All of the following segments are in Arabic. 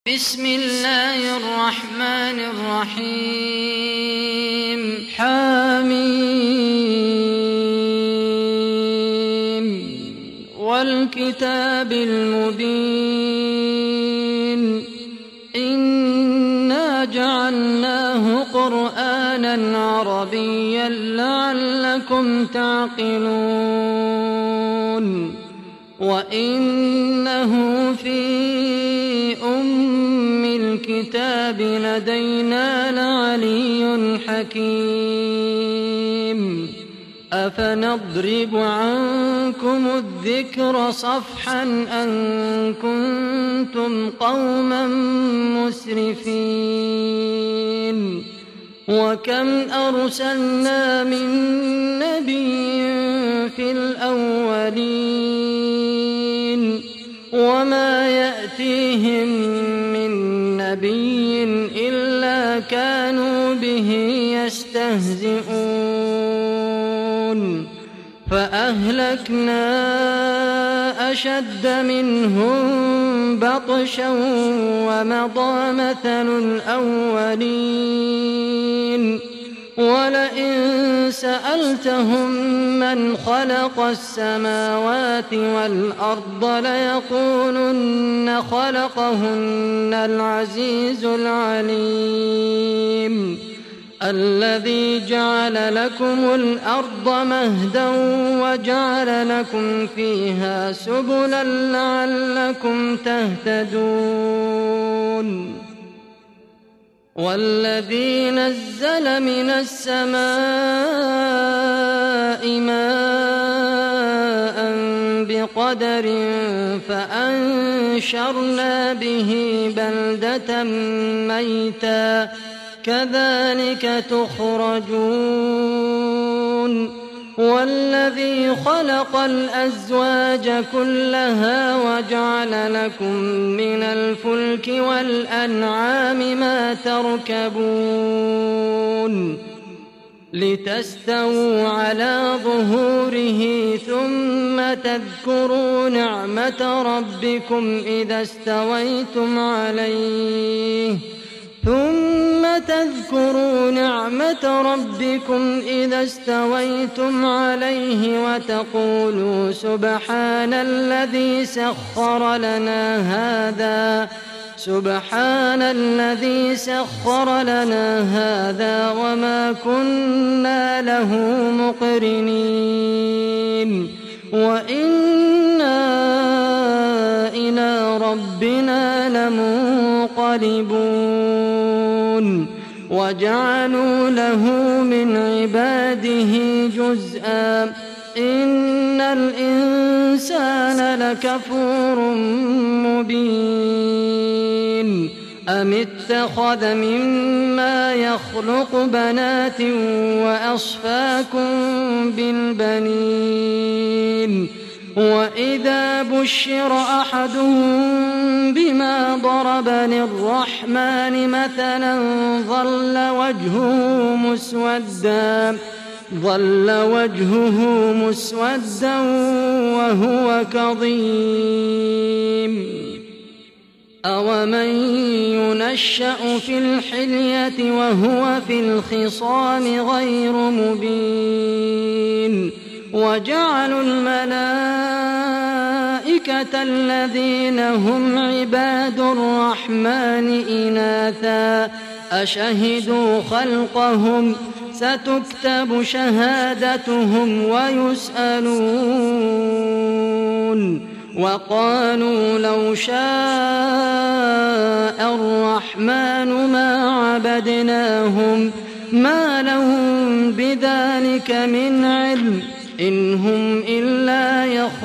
بسم الله الرحمن الرحيم حميم والكتاب المبين إنا جعلناه قرآنا عربيا لعلكم تعقلون وإنه في الكتاب لدينا لعلي حكيم أفنضرب عنكم الذكر صفحا أن كنتم قوما مسرفين وكم أرسلنا من نبي في الأولين وما يأتيهم من نبي إلا كانوا به يستهزئون فأهلكنا أشد منهم بطشا ومضى مثل الأولين ولئن سألتهم من خلق السماوات والأرض ليقولن خلقهن العزيز العليم الذي جعل لكم الأرض مهدا وجعل لكم فيها سبلا لعلكم تهتدون والذي نزل من السماء ماء بقدر فأنشرنا به بلدة ميتا كذلك تخرجون والذي خلق الأزواج كلها وجعل لكم من الفلك والأنعام ما تركبون لتستووا على ظهوره ثم تذكروا نعمة ربكم إذا استويتم عليه وتقولوا سبحان الذي سخر لنا هذا وما كنا له مقرنين وإنا إلى ربنا لمنقلبون وجعلوا له من عباده جزءا إن الإنسان لكفور مبين أم اتخذ مما يخلق بنات وأصفاكم بالبنين وإذا بشر أحدهم بما ضرب للرحمن مثلا ظل وجهه مسودا وهو كظيم أومن ينشأ في الحلية وهو في الخصام غير مبين وجعلوا الملائكة الذين هم عباد الرحمن إناثا أشهدوا خلقهم ستكتب شهادتهم ويسألون وقالوا لو شاء الرحمن ما عبدناهم ما لهم بذلك من علم إن هم إلا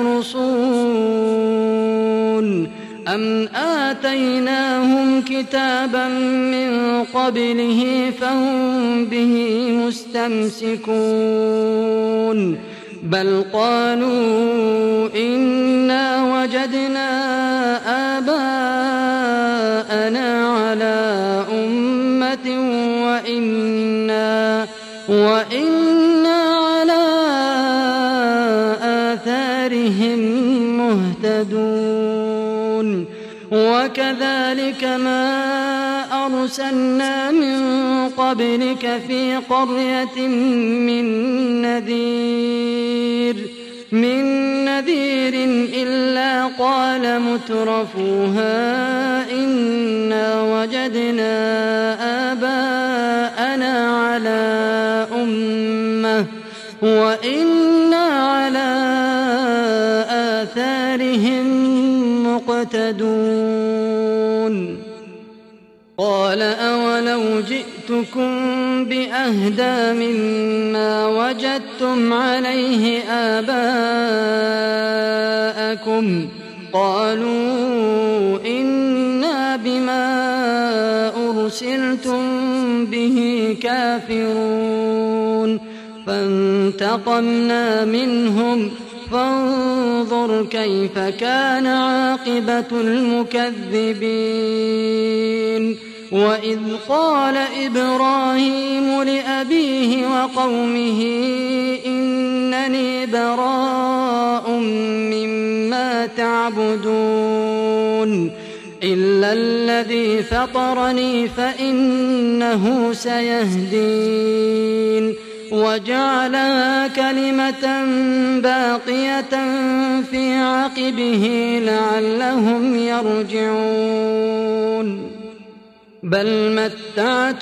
يخرصون أم آتيناهم كتابا من قبله فهم به مستمسكون بل قالوا إنا وجدنا آباءنا على أمة وإنا على آثارهم مهتدون وكذلك كما أرسلنا من قبلك في قرية من نذير إلا قال مترفوها إنا وجدنا آباءنا على أمة وإنا على آثارهم مقتدون قال أولو جئتكم بأهدى مما وجدتم عليه آباءكم قالوا إنا بما أرسلتم به كافرون فانتقمنا منهم فانظر كيف كان عاقبة المكذبين وإذ قال إبراهيم لأبيه وقومه إنني براء مما تعبدون إلا الذي فطرني فإنه سيهدين وجعلها كلمة باقية في عقبه لعلهم يرجعون بل متعت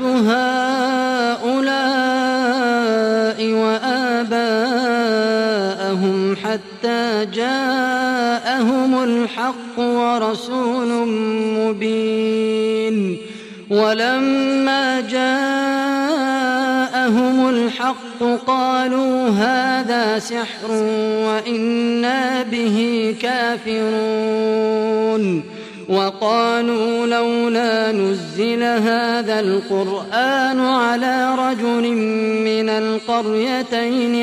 هؤلاء وآباءهم حتى جاءهم الحق ورسول مبين ولما جاءهم الحق قالوا هذا سحر وإنا به كافرون وقالوا لولا نزل هذا القرآن على رجل من القريتين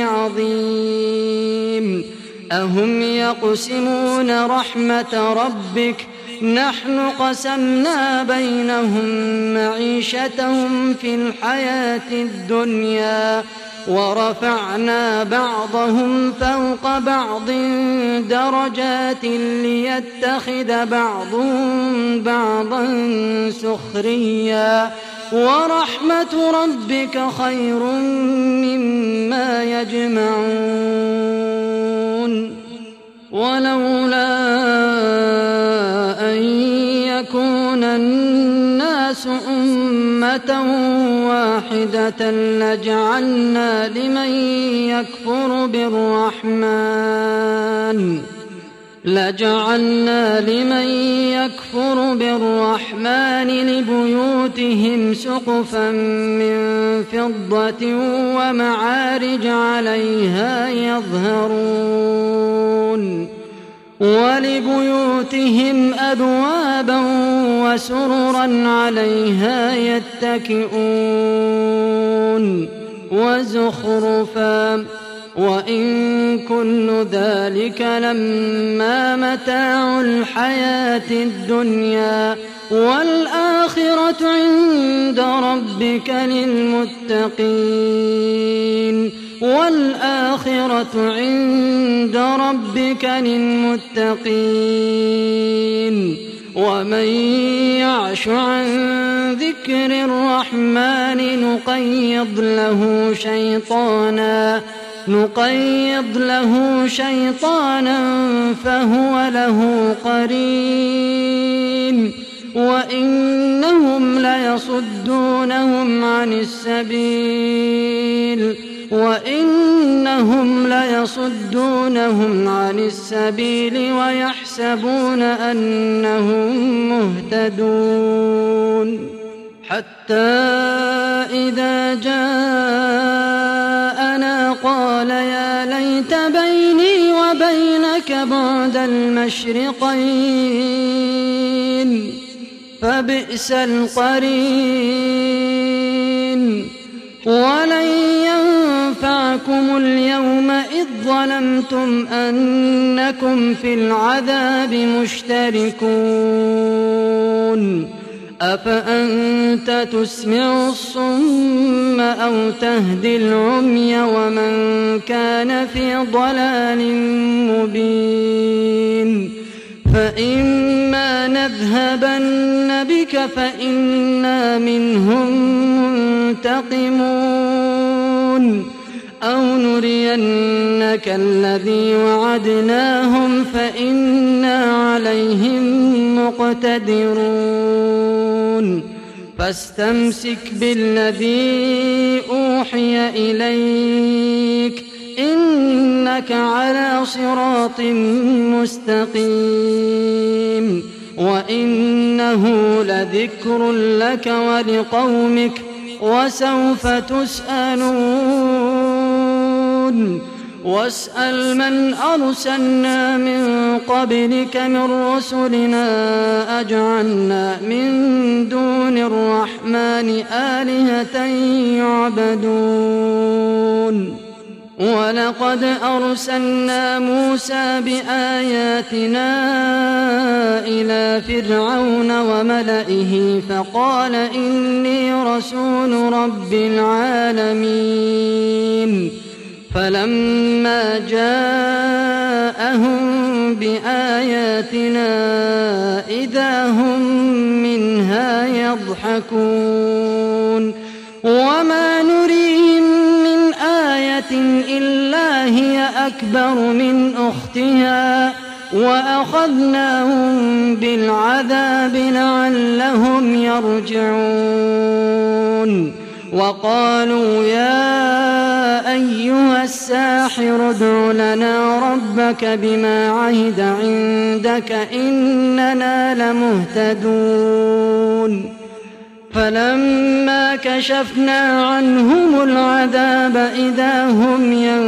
عظيم أهم يقسمون رحمة ربك نحن قسمنا بينهم معيشتهم في الحياة الدنيا ورفعنا بعضهم فوق بعض درجات ليتخذ بعضهم بعضا سخريا ورحمة ربك خير مما يجمعون ولولا أن يكون الناس أمة واحدة لجعلنا لمن يكفر بالرحمن لبيوتهم سقفا من فضة ومعارج عليها يظهرون ولبيوتهم أبوابا وسررا عليها يتكئون وزخرفا وإن كل ذلك لما متاع الحياة الدنيا والآخرة عند ربك للمتقين ومن يعش عن ذكر الرحمن نقيض له شيطانا فهو له قرين وإنهم ليصدونهم عن السبيل ويحسبون أنهم مهتدون حتى إذا جاءنا قال يا ليت بيني وبينك بعد المشرقين فبئس القرين ولن ينفعكم اليوم إذ ظلمتم أنكم في العذاب مشتركون أفأنت تسمع الصم أو تهدي العمي ومن كان في ضلال مبين فإما نذهبن بك فإنا منهم منتقمون أو نرينك الذي وعدناهم فإنا عليهم مقتدرون فاستمسك بالذي أوحي إليك إنك على صراط مستقيم وإنه لذكر لك ولقومك وسوف تسألون واسأل من أرسلنا من قبلك من رسلنا أجعلنا من دون الرحمن آلهة يعبدون ولقد أرسلنا موسى بآياتنا إلى فرعون وملئه فقال إني رسول رب العالمين فلما جاءهم بآياتنا إذا هم منها يضحكون وما نريهم من آية إلا هي أكبر من أختها وأخذناهم بالعذاب لعلهم يرجعون وقالوا يا أيها الساحر ادع لنا ربك بما عهد عندك إننا لمهتدون فلما كشفنا عنهم العذاب إذا هم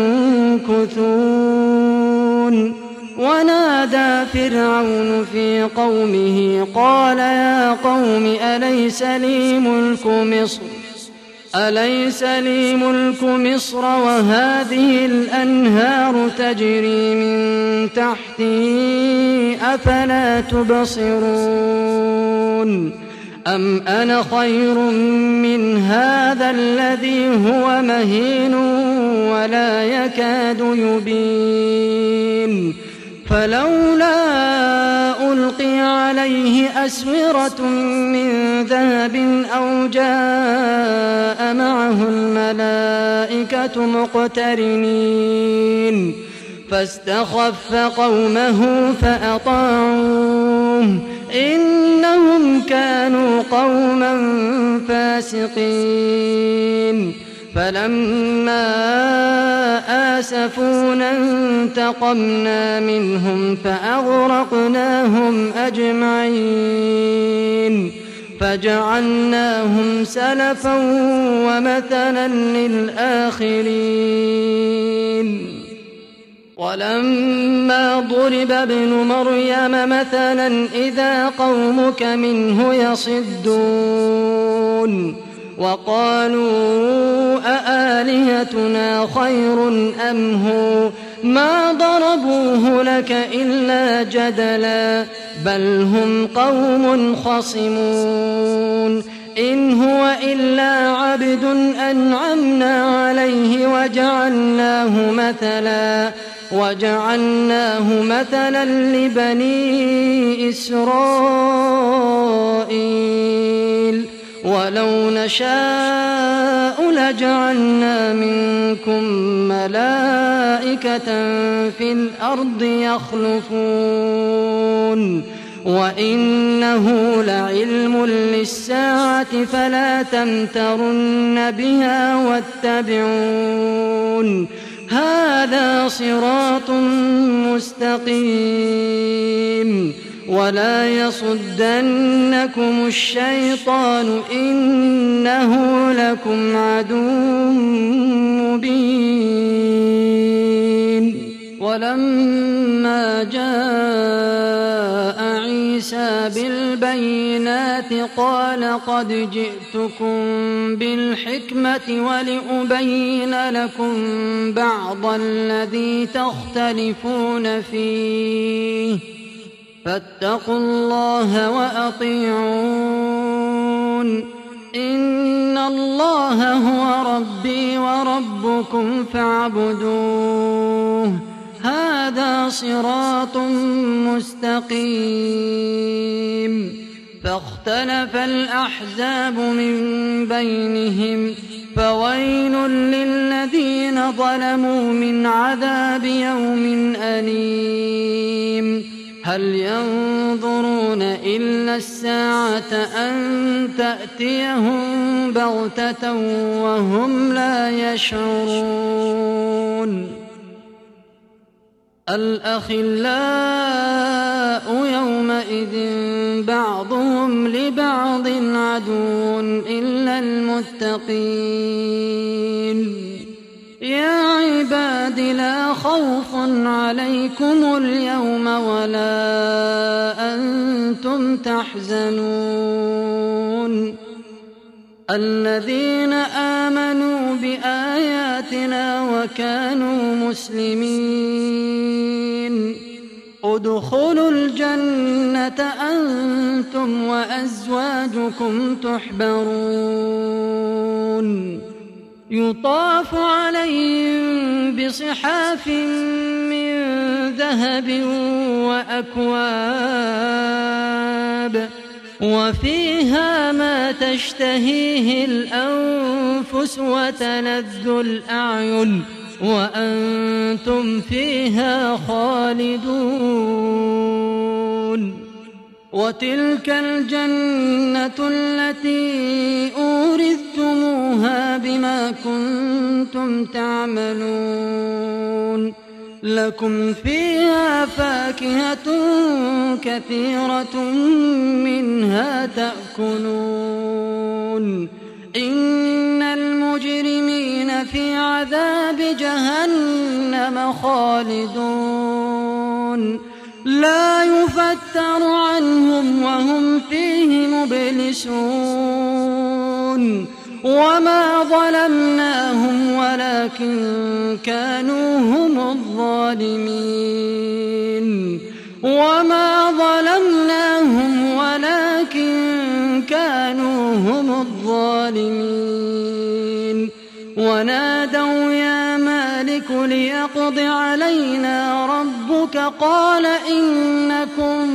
ينكثون ونادى فرعون في قومه قال يا قوم أليس لي ملك مصر وهذه الأنهار تجري من تحتي أفلا تبصرون أم أنا خير من هذا الذي هو مهين ولا يكاد يبين فلولا ألقي عليه أسورة من ذهب أو جاء معه الملائكة مقترنين فاستخف قومه فأطاعوه إنهم كانوا قوما فاسقين فلما آسفونا انتقمنا منهم فأغرقناهم أجمعين فجعلناهم سلفا ومثلا للآخرين ولما ضرب ابن مريم مثلا إذا قومك منه يصدون وقالوا أآلهتنا خير أم هو ما ضربوه لك إلا جدلا بل هم قوم خصمون إن هو إلا عبد أنعمنا عليه وجعلناه مثلا لبني إسرائيل ولو نشاء لجعلنا منكم ملائكة في الأرض يخلفون وإنه لعلم للساعة فلا تمترن بها واتبعون هذا صراط مستقيم ولا يصدنكم الشيطان إنه لكم عدو مبين ولما جاء عيسى بالبينات قال قد جئتكم بالحكمة ولأبين لكم بعض الذي تختلفون فيه فاتقوا الله وأطيعون إن الله هو ربي وربكم فاعبدوه هذا صراط مستقيم فاختلف الأحزاب من بينهم فويل للذين ظلموا من عذاب يوم أليم هل ينظرون إلا الساعة أن تأتيهم بغتة وهم لا يشعرون الأخلاء يومئذ بعضهم لبعض عدو إلا المتقين يا عباد لا خوف عليكم اليوم ولا أنتم تحزنون الذين آمنوا بآياتنا وكانوا مسلمين ادخلوا الجنة أنتم وأزواجكم تحبرون يطاف عليهم بصحاف من ذهب وأكواب وفيها ما تشتهيه الأنفس وتلذ الأعين وأنتم فيها خالدون وتلك الجنة التي أورثتموها بما كنتم تعملون لكم فيها فاكهة كثيرة منها تأكلون إن المجرمين في عذاب جهنم خالدون لا يفتر عنهم وهم فيه مبلسون وما ظلمناهم ولكن كانوا هم الظالمين وما ظلمناهم ولكن كانوا هم الظالمين ونادوا يا مالك ليقض علينا ربك قال إنكم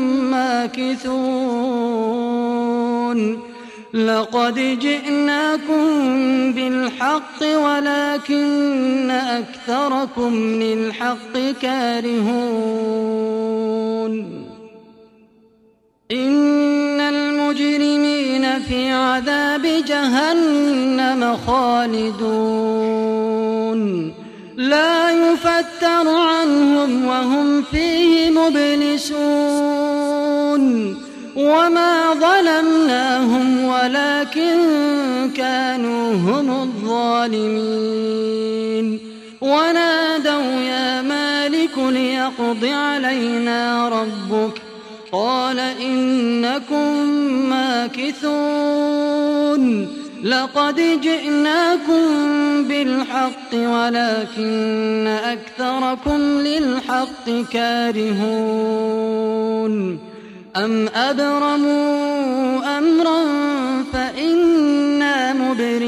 ماكثون لقد جئناكم بالحق ولكن أكثركم للحق كارهون إن المجرمين في عذاب جهنم خالدون لا يفتر عنهم وهم فيه مبلسون وما ظلمناهم ولكن كانوا هم الظالمين ونادوا يا مالك ليقض علينا ربك قال إنكم ماكثون لقد جئناكم بالحق ولكن أكثركم للحق كارهون أم أبرموا أمرا فإنا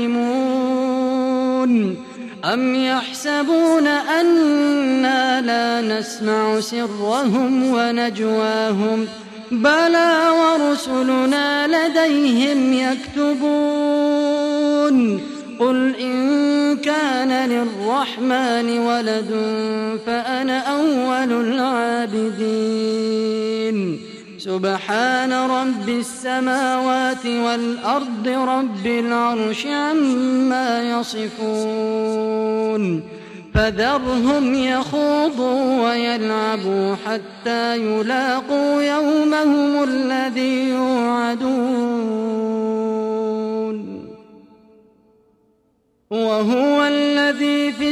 مبرمون أم يحسبون أنا لا نسمع سرهم ونجواهم بلى ورسلنا لديهم يكتبون قل إن كان للرحمن ولد فأنا أول العابدين سبحان رب السماوات والأرض رب العرش عما يصفون فذرهم يخوضوا ويلعبوا حتى يلاقوا يومهم الذي يوعدون وهو الذي في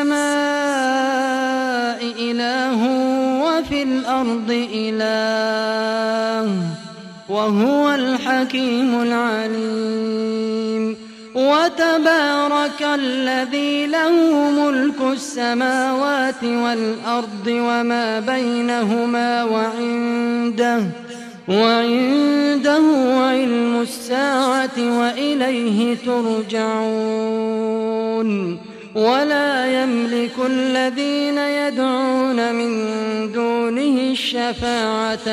السماء إله وفي الأرض إله وهو الحكيم العليم وتبارك الذي له ملك السماوات والأرض وما بينهما وعنده علم الساعة وإليه ترجعون ولا يملك الذين يدعون من دونه الشفاعة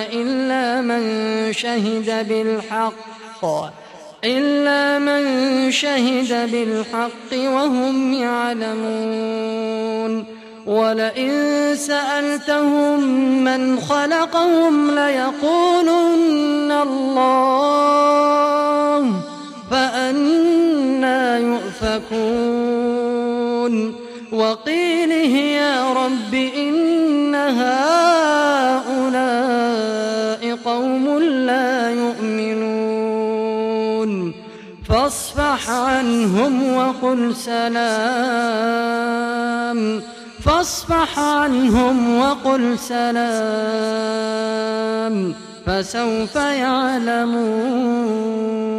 إلا من شهد بالحق وهم يعلمون. ولئن سألتهم من خلقهم ليقولن الله فأنى يؤفكون. وقيله يا رب إن هؤلاء قوم لا يؤمنون فاصفح عنهم وقل سلام فسوف يعلمون.